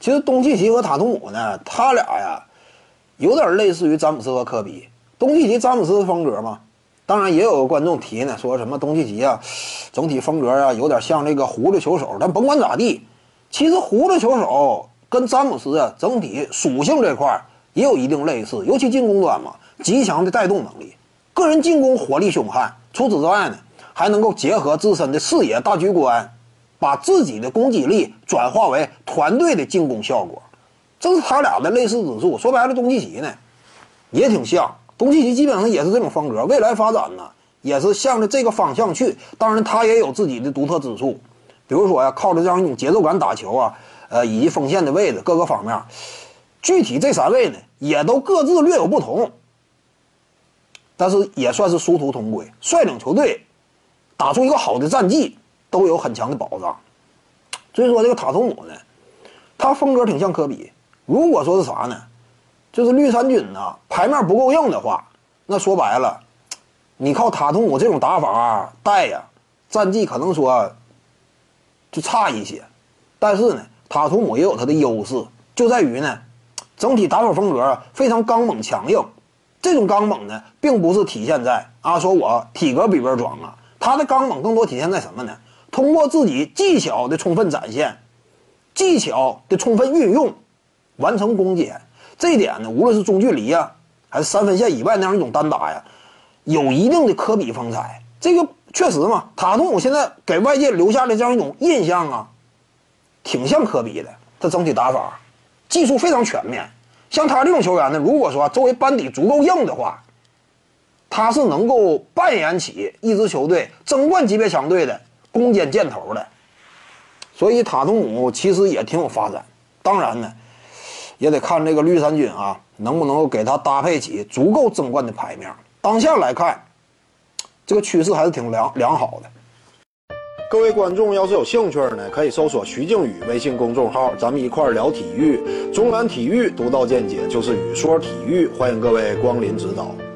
其实东契奇和塔图姆呢，他俩呀有点类似于詹姆斯和科比。东契奇詹姆斯的风格嘛，当然也有观众提呢，说什么东契奇啊，整体风格啊有点像这个狐狸球手。但甭管咋地，其实狐狸球手跟詹姆斯啊整体属性这块也有一定类似，尤其进攻端嘛，极强的带动能力，个人进攻火力凶悍。除此之外呢，还能够结合自身的视野、大局观，把自己的攻击力转化为团队的进攻效果。这是他俩的类似之处。说白了，东契奇呢也挺像。东契奇基本上也是这种风格，未来发展呢也是向着这个方向去。当然，他也有自己的独特之处，比如说呀，靠着这样一种节奏感打球啊，以及锋线的位置各个方面，具体这三位呢也都各自略有不同，但是也算是殊途同归，率领球队打出一个好的战绩，都有很强的保障。所以说这个塔图姆呢，他风格挺像科比。如果说是啥呢？就是绿衫军呢牌面不够硬的话，那说白了，你靠塔图姆这种打法带呀，战绩可能说就差一些。但是呢，塔图姆也有他的优势，就在于呢，整体打法风格非常刚猛强硬。这种刚猛呢，并不是体现在说我体格比别人壮啊，他的刚猛更多体现在什么呢？通过自己技巧的充分展现，技巧的充分运用，完成攻坚。这一点呢，无论是中距离啊，还是三分线以外那样一种单打呀，有一定的科比风采。这个确实嘛，塔图姆现在给外界留下的这样一种印象啊，挺像科比的。他整体打法，技术非常全面。像他这种球员呢，如果说周围班底足够硬的话，他是能够扮演起一支球队争冠级别强队的攻坚箭头的。所以塔图姆其实也挺有发展。当然呢，也得看这个绿衫军能不能够给他搭配起足够争冠的牌面。当下来看，这个趋势还是挺良好的。各位观众要是有兴趣呢，可以搜索徐静宇微信公众号，咱们一块聊体育。中南体育独到见解就是语说体育，欢迎各位光临指导。